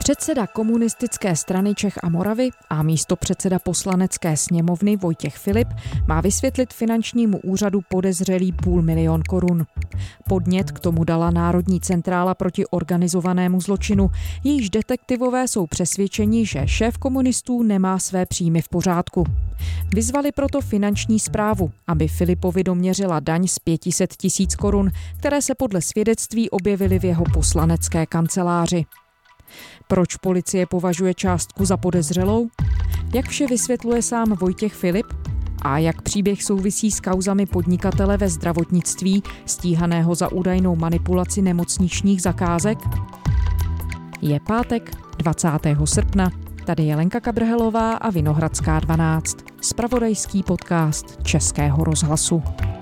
Předseda Komunistické strany Čech a Moravy a místopředseda Poslanecké sněmovny Vojtěch Filip má vysvětlit finančnímu úřadu podezřelý 500 000 korun. Podnět k tomu dala Národní centrála proti organizovanému zločinu. Jejíž detektivové jsou přesvědčeni, že šéf komunistů nemá své příjmy v pořádku. Vyzvali proto finanční správu, aby Filipovi doměřila daň z 500 000 korun, které se podle svědectví objevily v jeho poslanecké kanceláři. Proč policie považuje částku za podezřelou? Jak vše vysvětluje sám Vojtěch Filip? A jak příběh souvisí s kauzami podnikatele ve zdravotnictví, stíhaného za údajnou manipulaci nemocničních zakázek? Je pátek, 20. srpna. Tady je Lenka Kabrhelová a Vinohradská 12. Zpravodajský podcast Českého rozhlasu.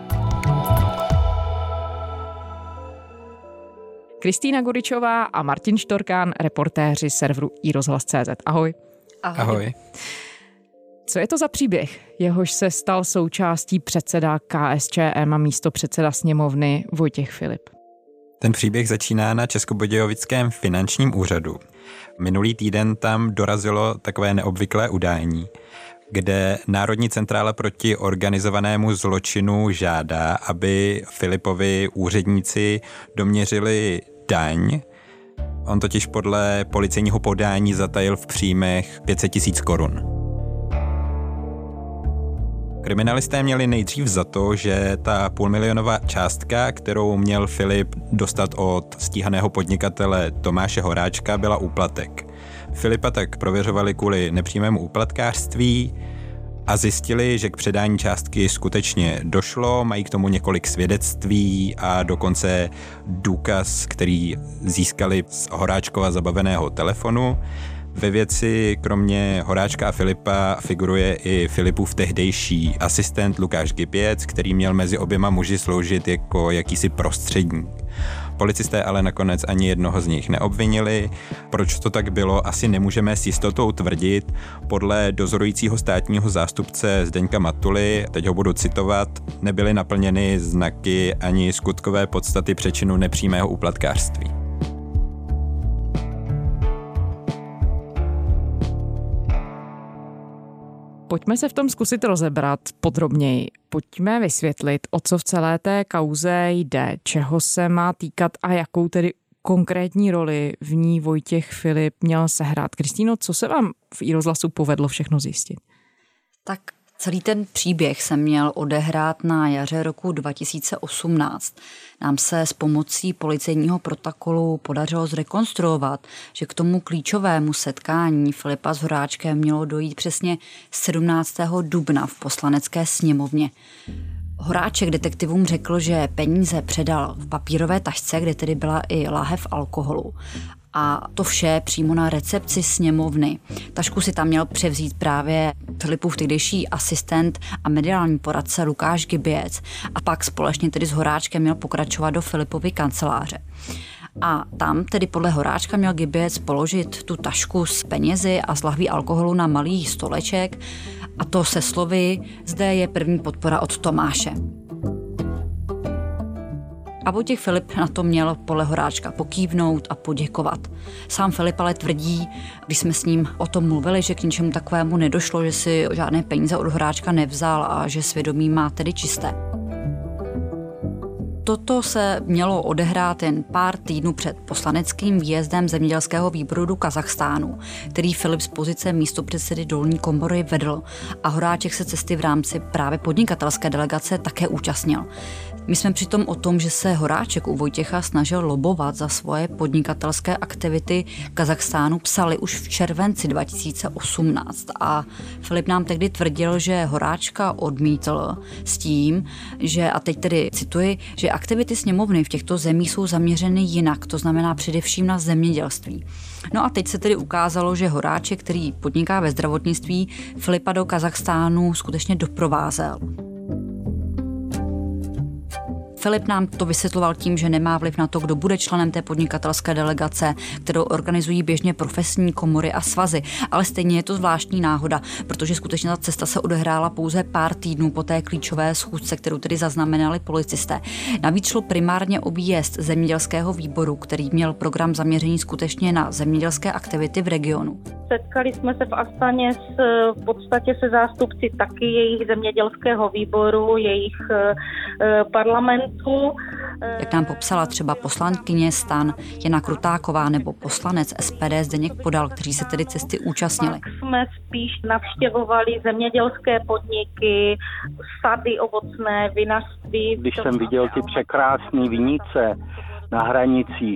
Kristýna Godičová a Martin Štorkán, reportéři serveru iRozhlas.cz. Ahoj. Ahoj. Co je to za příběh, jehož se stal součástí předseda KSČM a místopředseda sněmovny Vojtěch Filip? Ten příběh začíná na Českobudějovickém finančním úřadu. Minulý týden tam dorazilo takové neobvyklé udání, kde Národní centrála proti organizovanému zločinu žádá, aby Filipovi úředníci doměřili daň. On totiž podle policejního podání zatajil v příjmech 500 000 korun. Kriminalisté měli nejdřív za to, že ta půlmilionová částka, kterou měl Filip dostat od stíhaného podnikatele Tomáše Horáčka, byla úplatek. Filipa tak prověřovali kvůli nepřímému úplatkářství a zjistili, že k předání částky skutečně došlo, mají k tomu několik svědectví a dokonce důkaz, který získali z Horáčkova zabaveného telefonu. Ve věci kromě Horáčka a Filipa figuruje i Filipův tehdejší asistent Lukáš Giběc, který měl mezi oběma muži sloužit jako jakýsi prostředník. Policisté ale nakonec ani jednoho z nich neobvinili. Proč to tak bylo, asi nemůžeme s jistotou tvrdit. Podle dozorujícího státního zástupce Zdeňka Matuly, teď ho budu citovat, nebyly naplněny znaky ani skutkové podstaty přečinu nepřímého úplatkářství. Pojďme se v tom zkusit rozebrat podrobněji. Pojďme vysvětlit, o co v celé té kauze jde, čeho se má týkat a jakou tedy konkrétní roli v ní Vojtěch Filip měl sehrát. Kristýno, co se vám v iRozhlasu povedlo všechno zjistit? Tak celý ten příběh se měl odehrát na jaře roku 2018. Nám se s pomocí policejního protokolu podařilo zrekonstruovat, že k tomu klíčovému setkání Filipa s Horáčkem mělo dojít přesně 17. dubna v Poslanecké sněmovně. Horáček detektivům řekl, že peníze předal v papírové tašce, kde tedy byla i láhev alkoholu. A to vše přímo na recepci sněmovny. Tašku si tam měl převzít právě Filipův tehdejší asistent a mediální poradce Lukáš Giběc a pak společně tedy s Horáčkem měl pokračovat do Filipovy kanceláře. A tam tedy podle Horáčka měl Giběc položit tu tašku s penězi a s lahví alkoholu na malý stoleček a to se slovy: zde je první podpora od Tomáše. A Vojtěch Filip na to měl podle Horáčka pokývnout a poděkovat. Sám Filip ale tvrdí, když jsme s ním o tom mluvili, že k ničemu takovému nedošlo, že si žádné peníze od Horáčka nevzal a že svědomí má tedy čisté. Toto se mělo odehrát jen pár týdnů před poslaneckým výjezdem zemědělského výboru do Kazachstánu, který Filip z pozice místopředsedy dolní komory vedl a Horáček se cesty v rámci právě podnikatelské delegace také účastnil. My jsme přitom o tom, že se Horáček u Vojtěcha snažil lobovat za svoje podnikatelské aktivity Kazachstánu, psali už v červenci 2018 a Filip nám tehdy tvrdil, že Horáčka odmítl s tím, že, a teď tedy cituji, že aktivity sněmovny v těchto zemích jsou zaměřeny jinak, to znamená především na zemědělství. No a teď se tedy ukázalo, že Horáček, který podniká ve zdravotnictví, Filipa do Kazachstánu skutečně doprovázel. Filip nám to vysvětloval tím, že nemá vliv na to, kdo bude členem té podnikatelské delegace, kterou organizují běžně profesní komory a svazy. Ale stejně je to zvláštní náhoda, protože skutečně ta cesta se odehrála pouze pár týdnů po té klíčové schůzce, kterou tedy zaznamenali policisté. Navíc šlo primárně o výjezd zemědělského výboru, který měl program zaměřený skutečně na zemědělské aktivity v regionu. Setkali jsme se v Astaně v podstatě se zástupci taky jejich zemědělského výboru, jejich parlamentu. Jak nám popsala třeba poslankyně STAN Jana Krutáková nebo poslanec SPD Zdeněk Podal, kteří se tedy cesty účastnili. Tak jsme spíš navštěvovali zemědělské podniky, sady ovocné, vinařství. Když jsem viděl ty překrásné vinice na hranicích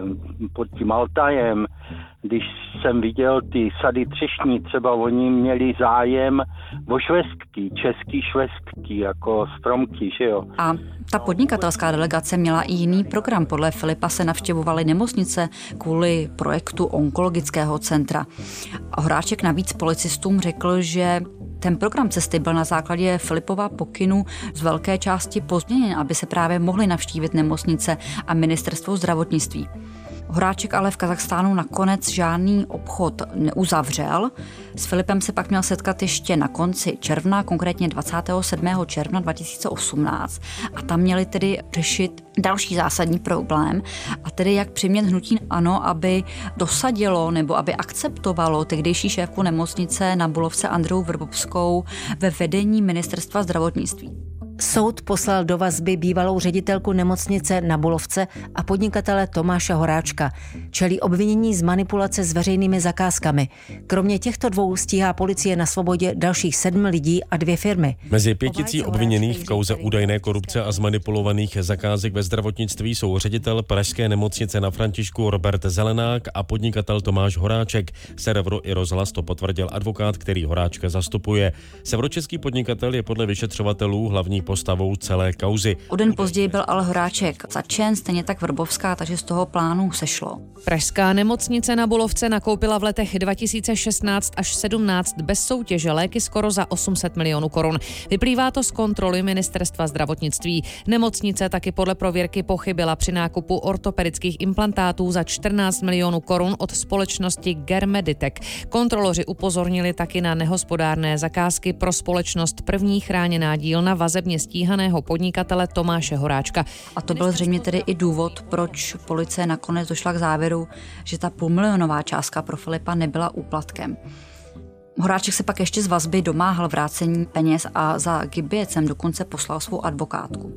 pod tím Altajem, když jsem viděl ty sady třešní, třeba oni měli zájem o švestky, český švestky, jako stromky, že jo. A ta podnikatelská delegace měla i jiný program. Podle Filipa se navštěvovaly nemocnice kvůli projektu onkologického centra. Horáček navíc policistům řekl, že ten program cesty byl na základě Filipova pokynu z velké části pozměněn, aby se právě mohly navštívit nemocnice a ministerstvo zdravotnictví. Horáček ale v Kazachstánu nakonec žádný obchod neuzavřel. S Filipem se pak měl setkat ještě na konci června, konkrétně 27. června 2018. A tam měli tedy řešit další zásadní problém, a tedy jak přimět hnutí ANO, aby dosadilo nebo aby akceptovalo tehdejší šéfku nemocnice na Bulovce Andreu Vrbovskou ve vedení ministerstva zdravotnictví. Soud poslal do vazby bývalou ředitelku nemocnice na Bulovce a podnikatele Tomáše Horáčka. Čelí obvinění z manipulace s veřejnými zakázkami. Kromě těchto dvou stíhá policie na svobodě dalších 7 lidí a 2 firmy. Mezi 5 obviněných v kauze údajné korupce a zmanipulovaných zakázek ve zdravotnictví jsou ředitel pražské nemocnice na Františku Robert Zelenák a podnikatel Tomáš Horáček. Serveru iRozhlas to potvrdil advokát, který Horáčka zastupuje. Severočeský podnikatel je podle vyšetřovatelů hlavní postavou celé kauzy. O den později byl ale Horáček zatčen, stejně tak Vrbovská, takže z toho plánu sešlo. Pražská nemocnice na Bulovce nakoupila v letech 2016 až 17 bez soutěže léky skoro za 800 milionů korun. Vyplývá to z kontroly ministerstva zdravotnictví. Nemocnice taky podle prověrky pochybila při nákupu ortopedických implantátů za 14 milionů korun od společnosti Germeditek. Kontroloři upozornili taky na nehospodárné zakázky pro společnost První chráněná dílna vazebně stíhaného podnikatele Tomáše Horáčka. A to byl zřejmě tedy i důvod, proč policie nakonec došla k závěru, že ta půlmilionová částka pro Filipa nebyla úplatkem. Horáček se pak ještě z vazby domáhal vrácení peněz a za Gibiecem dokonce poslal svou advokátku.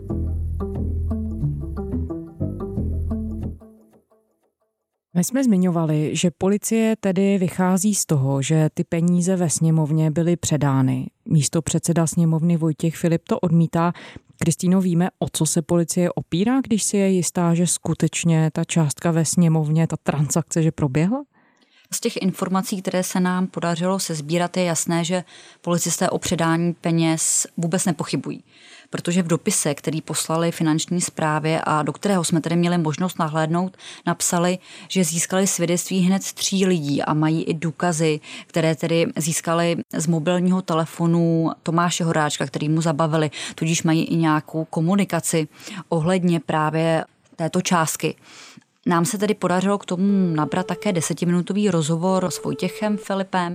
My jsme zmiňovali, že policie tedy vychází z toho, že ty peníze ve sněmovně byly předány. Místopředseda sněmovny Vojtěch Filip to odmítá. Kristýno, víme, o co se policie opírá, když si je jistá, že skutečně ta částka ve sněmovně, ta transakce, že proběhla? Z těch informací, které se nám podařilo sesbírat, je jasné, že policisté o předání peněz vůbec nepochybují. Protože v dopise, který poslali finanční správě a do kterého jsme tedy měli možnost nahlédnout, napsali, že získali svědectví hned 3 lidí a mají i důkazy, které tedy získali z mobilního telefonu Tomáše Horáčka, který mu zabavili, tudíž mají i nějakou komunikaci ohledně právě této částky. Nám se tedy podařilo k tomu nabrat také 10minutový rozhovor s Vojtěchem Filipem.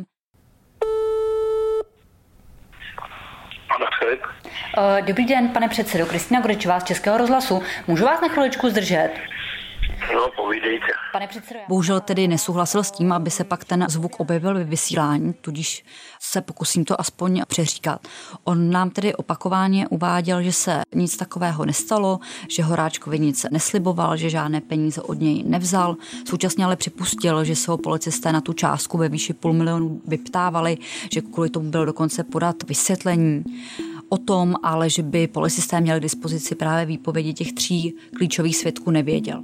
Dobrý den, pane předsedo. Kristina Gurečová z Českého rozhlasu. Můžu vás na chviličku zdržet? No, povídejte. Pane předsedo, bohužel tedy nesouhlasil s tím, aby se pak ten zvuk objevil ve vysílání, tudíž se pokusím to aspoň přeříkat. On nám tedy opakovaně uváděl, že se nic takového nestalo, že Horáčkovi nic nesliboval, že žádné peníze od něj nevzal. Současně ale připustil, že se ho policisté na tu částku ve výši 500 000 vyptávali, že kvůli tomu bylo dokonce podat vysvětlení. O tom ale, že by policisté měli k dispozici právě výpovědi těch 3 klíčových svědků, nevěděl.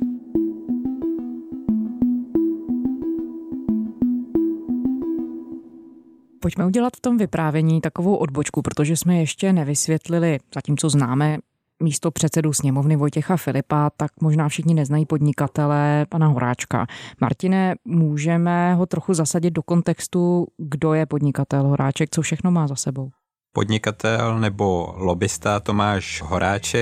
Pojďme udělat v tom vyprávění takovou odbočku, protože jsme ještě nevysvětlili, zatímco známe místo předsedu sněmovny Vojtěcha Filipa, tak možná všichni neznají podnikatele pana Horáčka. Martine, můžeme ho trochu zasadit do kontextu, kdo je podnikatel Horáček, co všechno má za sebou? Podnikatel nebo lobista Tomáš Horáček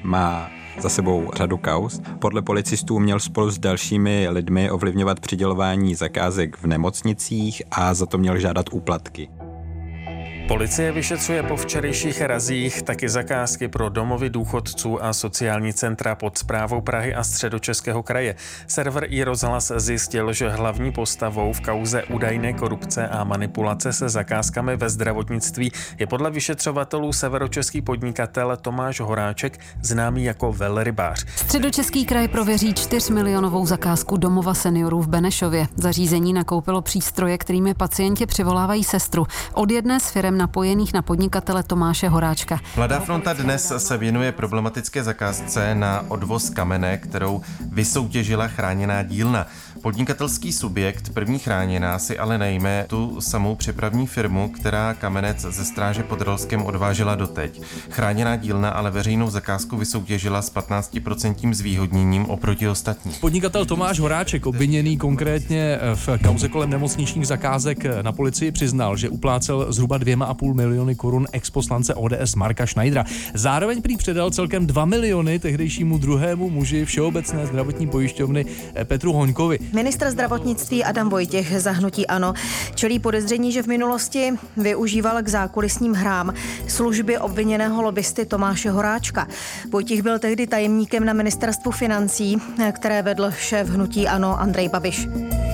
má za sebou řadu kauz. Podle policistů měl spolu s dalšími lidmi ovlivňovat přidělování zakázek v nemocnicích a za to měl žádat úplatky. Policie vyšetřuje po včerejších razích taky zakázky pro domovy důchodců a sociální centra pod správou Prahy a Středočeského kraje. Server iRozhlas zjistil, že hlavní postavou v kauze údajné korupce a manipulace se zakázkami ve zdravotnictví je podle vyšetřovatelů severočeský podnikatel Tomáš Horáček, známý jako velrybář. Středočeský kraj prověří 4milionovou zakázku domova seniorů v Benešově. Zařízení nakoupilo přístroje, kterými pacienti přivolávají sestru. Od jedné z firem napojených na podnikatele Tomáše Horáčka. Mladá fronta dnes se věnuje problematické zakázce na odvoz kamene, kterou vysoutěžila chráněná dílna. Podnikatelský subjekt První chráněná si ale najme tu samou přepravní firmu, která kamenec ze Stráže pod Ralskem odvážela doteď. Chráněná dílna ale veřejnou zakázku vysoutěžila s 15% zvýhodněním oproti ostatním. Podnikatel Tomáš Horáček, obviněný konkrétně v kauze kolem nemocničních zakázek, na policii přiznal, že uplácel zhruba 2,5 miliony korun exposlance ODS Marka Schneidera. Zároveň prý předal celkem 2 miliony tehdejšímu druhému muži Všeobecné zdravotní pojišťovny Petru Hoňkovi. Ministr zdravotnictví Adam Vojtěch za hnutí ANO čelí podezření, že v minulosti využíval k zákulisním hrám služby obviněného lobbysty Tomáše Horáčka. Vojtěch byl tehdy tajemníkem na ministerstvu financí, které vedl šéf hnutí ANO Andrej Babiš.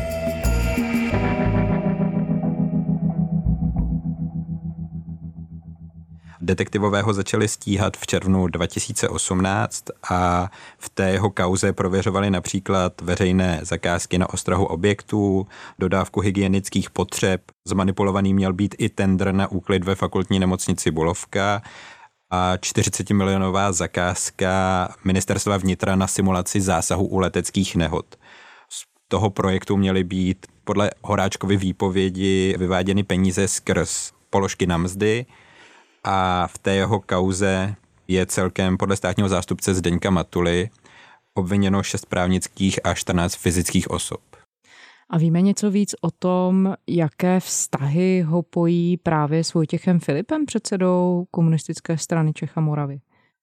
Detektivové ho začali stíhat v červnu 2018 a v té jeho kauze prověřovali například veřejné zakázky na ostrahu objektů, dodávku hygienických potřeb. Zmanipulovaný měl být i tendr na úklid ve fakultní nemocnici Bulovka a 40milionová zakázka Ministerstva vnitra na simulaci zásahu u leteckých nehod. Z toho projektu měly být podle Horáčkovy výpovědi vyváděny peníze skrz položky na mzdy, a v té jeho kauze je celkem podle státního zástupce Zdeňka Matuly obviněno 6 právnických a 14 fyzických osob. A víme něco víc o tom, jaké vztahy ho pojí právě s Vojtěchem Filipem, předsedou Komunistické strany Čech a Moravy?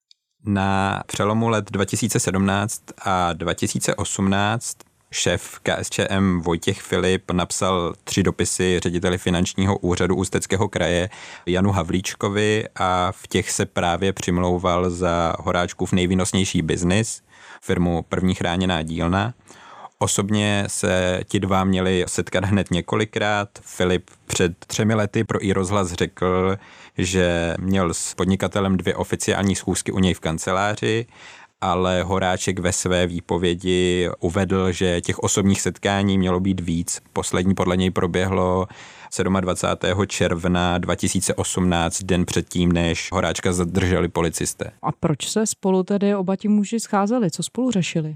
Na přelomu let 2017 a 2018 šéf KSČM Vojtěch Filip napsal 3 dopisy řediteli finančního úřadu Ústeckého kraje Janu Havlíčkovi a v těch se právě přimlouval za Horáčkův nejvýnosnější biznis, firmu První chráněná dílna. Osobně se ti dva měli setkat hned několikrát. Filip před 3 lety pro iRozhlas řekl, že měl s podnikatelem 2 oficiální schůzky u něj v kanceláři, ale Horáček ve své výpovědi uvedl, že těch osobních setkání mělo být víc. Poslední podle něj proběhlo 27. června 2018, den předtím, než Horáčka zadrželi policisté. A proč se spolu tedy oba ti muži scházeli? Co spolu řešili?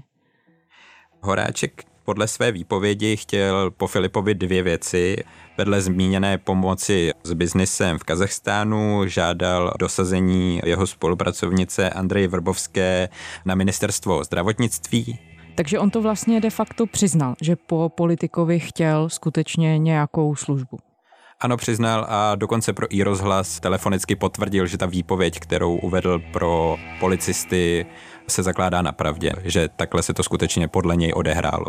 Horáček podle své výpovědi chtěl po Filipovi 2 věci. Vedle zmíněné pomoci s biznisem v Kazachstánu žádal dosazení jeho spolupracovnice Andreje Vrbovské na ministerstvo zdravotnictví. Takže on to vlastně de facto přiznal, že po politikovi chtěl skutečně nějakou službu. Ano, přiznal a dokonce pro iRozhlas telefonicky potvrdil, že ta výpověď, kterou uvedl pro policisty, se zakládá na pravdě, že takhle se to skutečně podle něj odehrálo.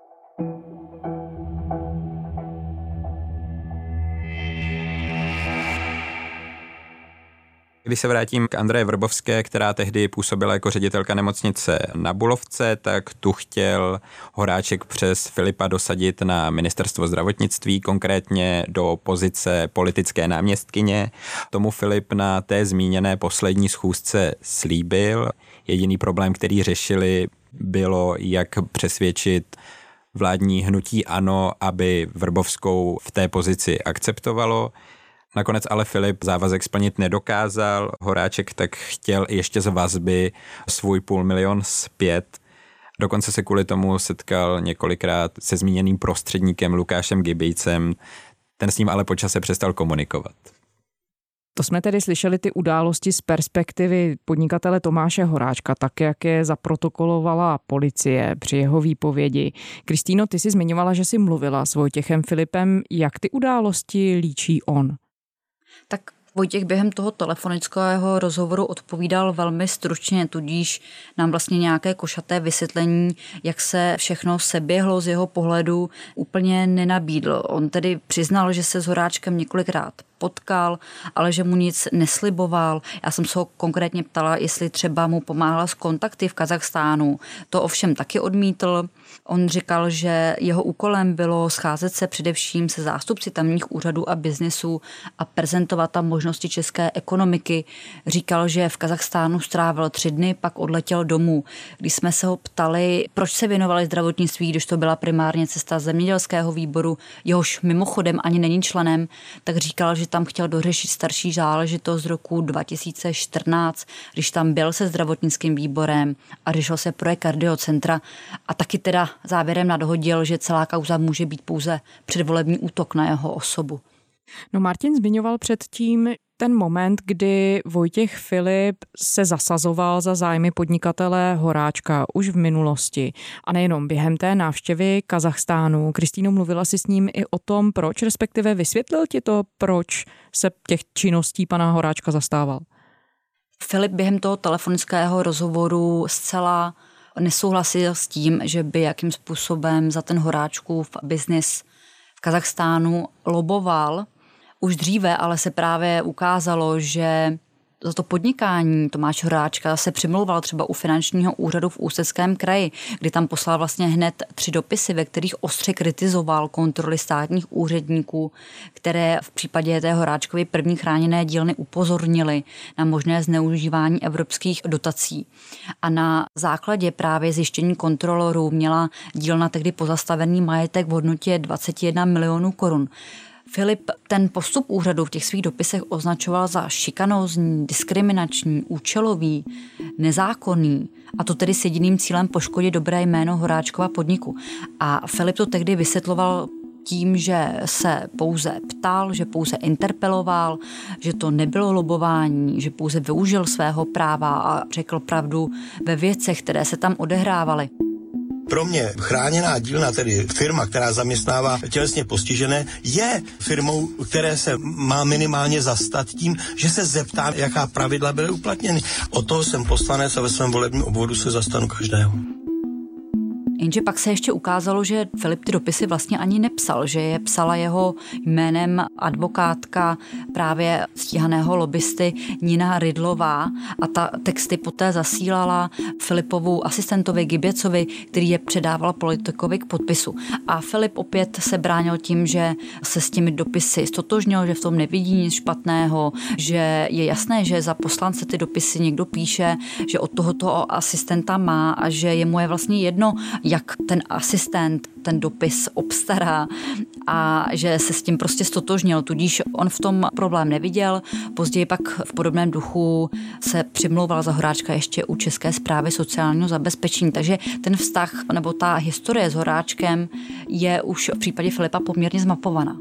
Když se vrátím k Andreje Vrbovské, která tehdy působila jako ředitelka nemocnice na Bulovce, tak tu chtěl Horáček přes Filipa dosadit na ministerstvo zdravotnictví, konkrétně do pozice politické náměstkyně. Tomu Filip na té zmíněné poslední schůzce slíbil. Jediný problém, který řešili, bylo, jak přesvědčit vládní hnutí ANO, aby Vrbovskou v té pozici akceptovalo. Nakonec ale Filip závazek splnit nedokázal. Horáček tak chtěl ještě z vazby svůj 500 000 zpět. Dokonce se kvůli tomu setkal několikrát se zmíněným prostředníkem Lukášem Gibejcem. Ten s ním ale po čase přestal komunikovat. To jsme tedy slyšeli ty události z perspektivy podnikatele Tomáše Horáčka, tak jak je zaprotokolovala policie při jeho výpovědi. Kristýno, ty jsi zmiňovala, že jsi mluvila s Vojtěchem Filipem. Jak ty události líčí on? Tak Vojtěch během toho telefonického rozhovoru odpovídal velmi stručně, tudíž nám vlastně nějaké košaté vysvětlení, jak se všechno seběhlo z jeho pohledu, úplně nenabídl. On tedy přiznal, že se s Horáčkem několikrát potkal, ale že mu nic nesliboval. Já jsem se ho konkrétně ptala, jestli třeba mu pomáhala s kontakty v Kazachstánu. To ovšem taky odmítl. On říkal, že jeho úkolem bylo scházet se především se zástupci tamních úřadů a biznesu a prezentovat tam možnosti české ekonomiky. Říkal, že v Kazachstánu strávil 3 dny, pak odletěl domů. Když jsme se ho ptali, proč se věnovali zdravotnictví, když to byla primárně cesta zemědělského výboru, jehož mimochodem ani není členem, tak říkal, že tam chtěl dořešit starší záležitost z roku 2014, když tam byl se zdravotnickým výborem a řešil se projekt kardiocentra a taky teda závěrem nadhodil, že celá kauza může být pouze předvolební útok na jeho osobu. No Martin zmiňoval předtím ten moment, kdy Vojtěch Filip se zasazoval za zájmy podnikatele Horáčka už v minulosti. A nejenom během té návštěvy Kazachstánu. Kristýno, mluvila si s ním i o tom, proč, respektive vysvětlil ti to, proč se těch činností pana Horáčka zastával? Filip během toho telefonického rozhovoru zcela nesouhlasil s tím, že by jakým způsobem za ten Horáčkův biznis v Kazachstánu loboval. Už dříve ale se právě ukázalo, že za to podnikání Tomáš Horáčka se přimlouval třeba u finančního úřadu v Ústeckém kraji, kdy tam poslal vlastně hned 3 dopisy, ve kterých ostře kritizoval kontroly státních úředníků, které v případě té Horáčkovy první chráněné dílny upozornili na možné zneužívání evropských dotací. A na základě právě zjištění kontrolorů měla dílna tehdy pozastavený majetek v hodnotě 21 milionů korun. Filip ten postup úřadu v těch svých dopisech označoval za šikanózní, diskriminační, účelový, nezákonný, a to tedy s jediným cílem poškodit dobré jméno Horáčkova podniku. A Filip to tehdy vysvětloval tím, že se pouze ptal, že pouze interpeloval, že to nebylo lobování, že pouze využil svého práva a řekl pravdu ve věcech, které se tam odehrávaly. Pro mě chráněná dílna, tedy firma, která zaměstnává tělesně postižené, je firmou, které se má minimálně zastat tím, že se zeptá, jaká pravidla byly uplatněny. Od toho jsem poslanec a ve svém volebním obvodu se zastanu každého. Jenže pak se ještě ukázalo, že Filip ty dopisy vlastně ani nepsal, že je psala jeho jménem advokátka právě stíhaného lobbysty Nina Rydlová a ta texty poté zasílala Filipovu asistentovi Giběcovi, který je předával politikovi k podpisu. A Filip opět se bránil tím, že se s těmi dopisy stotožnil, že v tom nevidí nic špatného, že je jasné, že za poslance ty dopisy někdo píše, že od tohoto asistenta má a že jemu je vlastně jedno, jak ten asistent ten dopis obstará a že se s tím prostě stotožnil, tudíž on v tom problém neviděl. Později pak v podobném duchu se přimlouval za Horáčka ještě u České správy sociálního zabezpečení, takže ten vztah nebo ta historie s Horáčkem je už v případě Filipa poměrně zmapovaná.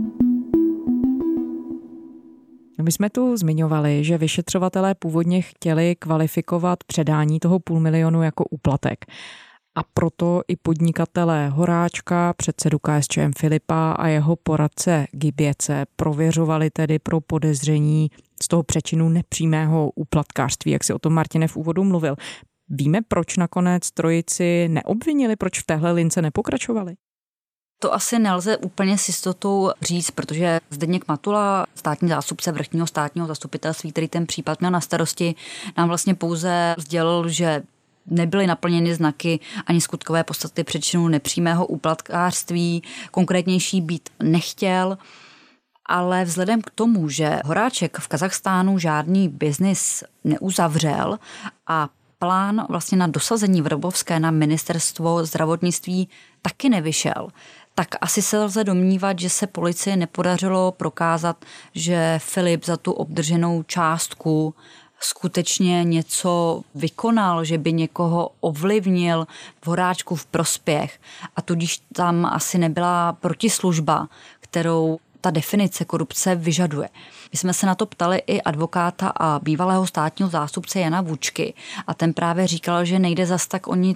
My jsme tu zmiňovali, že vyšetřovatelé původně chtěli kvalifikovat předání toho 500 000 jako úplatek. A proto i podnikatelé Horáčka, předsedu KSČM Filipa a jeho poradce Giběce prověřovali tedy pro podezření z toho přečinu nepřímého úplatkářství, jak si o tom Martine v úvodu mluvil. Víme, proč nakonec trojici neobvinili, proč v téhle lince nepokračovali? To asi nelze úplně s jistotou říct, protože Zdeněk Matula, státní zástupce vrchního státního zastupitelství, který ten případ měl na starosti, nám vlastně pouze sdělil, že nebyly naplněny znaky ani skutkové podstaty přečinu nepřímého úplatkářství, konkrétnější být nechtěl, ale vzhledem k tomu, že Horáček v Kazachstánu žádný biznis neuzavřel a plán vlastně na dosazení Vrbovské na ministerstvo zdravotnictví taky nevyšel, tak asi se lze domnívat, že se policii nepodařilo prokázat, že Filip za tu obdrženou částku skutečně něco vykonal, že by někoho ovlivnil v Horáčku v prospěch. A tudíž tam asi nebyla protislužba, kterou ta definice korupce vyžaduje. My jsme se na to ptali i advokáta a bývalého státního zástupce Jana Vučky a ten právě říkal, že nejde zas tak o nic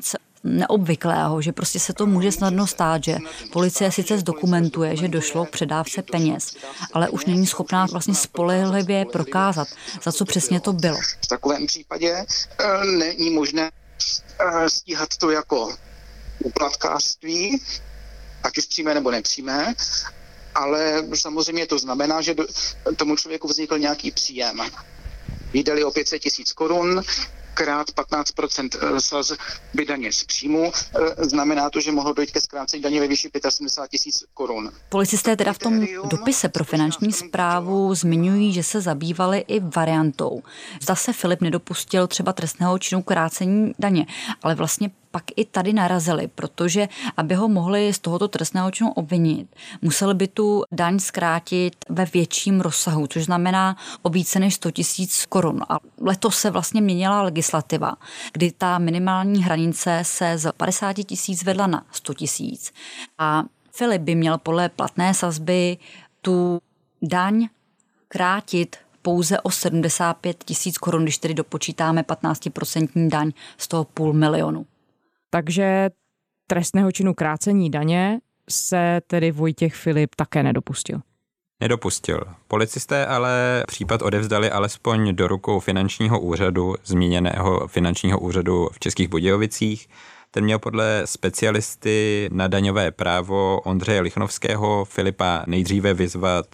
neobvyklého, že prostě se to může snadno stát, že policie sice zdokumentuje, že došlo k předávce peněz, ale už není schopná vlastně spolehlivě prokázat, za co přesně to bylo. V takovém případě není možné stíhat to jako úplatkářství, ať už přímé nebo nepřímé, ale samozřejmě to znamená, že tomu člověku vznikl nějaký příjem. Výdali o 500 000 korun, krát 15% sazby daně z příjmu, znamená to, že mohlo dojít ke zkrácení daně ve výši 75 000 korun. Policisté teda v tom dopise pro finanční správu zmiňují, že se zabývali i variantou. Zda se Filip nedopustil třeba trestného činu krácení daně, ale vlastně pak i tady narazili, protože aby ho mohli z tohoto trestného činu obvinit, museli by tu daň zkrátit ve větším rozsahu, což znamená o více než 100 000 korun. A letos se vlastně měnila legislativa, kdy ta minimální hranice se z 50 000 vedla na 100 000. A Filip by měl podle platné sazby tu daň krátit pouze o 75 000 korun, když tedy dopočítáme 15% daň z toho 500 000. Takže trestného činu krácení daně se tedy Vojtěch Filip také nedopustil. Nedopustil. Policisté ale případ odevzdali alespoň do rukou finančního úřadu, zmíněného finančního úřadu v Českých Budějovicích. Ten měl podle specialisty na daňové právo Ondřeje Lichnovského Filipa nejdříve vyzvat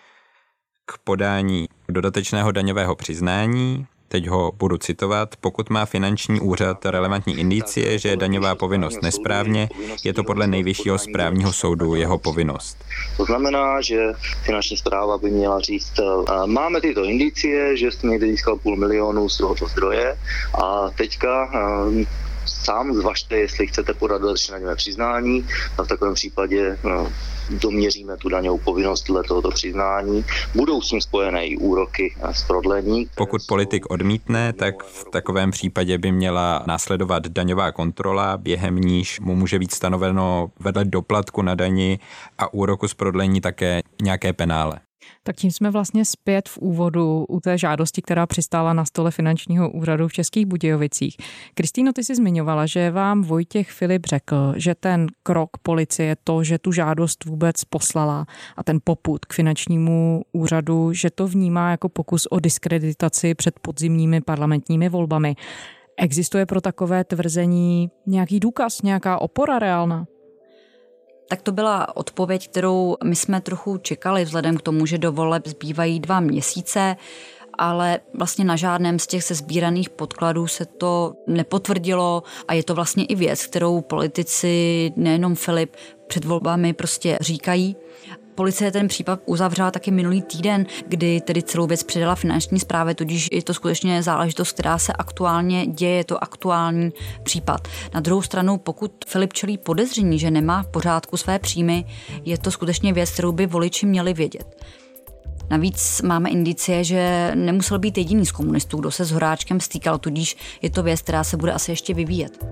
k podání dodatečného daňového přiznání. Teď ho budu citovat. Pokud má finanční úřad relevantní indicie, že je daňová povinnost nesprávně, je to podle Nejvyššího správního soudu jeho povinnost. To znamená, že finanční správa by měla říct, máme tyto indicie, že jste někde získal 500 000 z tohoto zdroje a teďka sám zvažte, jestli chcete podat dodatečné daňové přiznání, a v takovém případě doměříme tu daňovou povinnost dle tohoto přiznání. Budou s tím spojené i úroky z prodlení. Pokud politik odmítne, tak v takovém případě by měla následovat daňová kontrola, během níž mu může být stanoveno vedle doplatku na dani a úroku z prodlení také nějaké penále. Tak tím jsme vlastně zpět v úvodu u té žádosti, která přistála na stole finančního úřadu v Českých Budějovicích. Kristýno, ty jsi zmiňovala, že vám Vojtěch Filip řekl, že ten krok policie, to, že tu žádost vůbec poslala a ten popud k finančnímu úřadu, že to vnímá jako pokus o diskreditaci před podzimními parlamentními volbami. Existuje pro takové tvrzení nějaký důkaz, nějaká opora reálná? Tak to byla odpověď, kterou my jsme trochu čekali vzhledem k tomu, že do voleb zbývají 2 měsíce, ale vlastně na žádném z těch sesbíraných podkladů se to nepotvrdilo a je to vlastně i věc, kterou politici, nejenom Filip, před volbami prostě říkají. Policie ten případ uzavřela taky minulý týden, kdy tedy celou věc předala finanční správě, tudíž je to skutečně záležitost, která se aktuálně děje, je to aktuální případ. Na druhou stranu, pokud Filip čelí podezření, že nemá v pořádku své příjmy, je to skutečně věc, kterou by voliči měli vědět. Navíc máme indicie, že nemusel být jediný z komunistů, kdo se s Horáčkem stýkal, tudíž je to věc, která se bude asi ještě vyvíjet.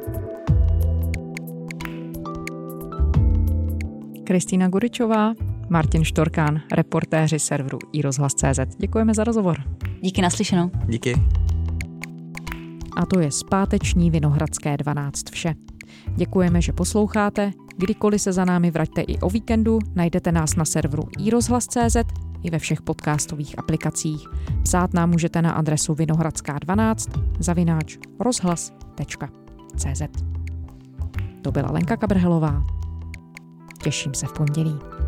Kristýna Guričová, Martin Štorkán, reportéři serveru iRozhlas.cz. Děkujeme za rozhovor. Díky, naslyšenou. Díky. A to je z páteční Vinohradské 12 vše. Děkujeme, že posloucháte. Kdykoliv se za námi vraťte i o víkendu, najdete nás na serveru iRozhlas.cz i ve všech podcastových aplikacích. Psát nám můžete na adresu vinohradská12 @rozhlas.cz. To byla Lenka Kabrhelová. Těším se v pondělí.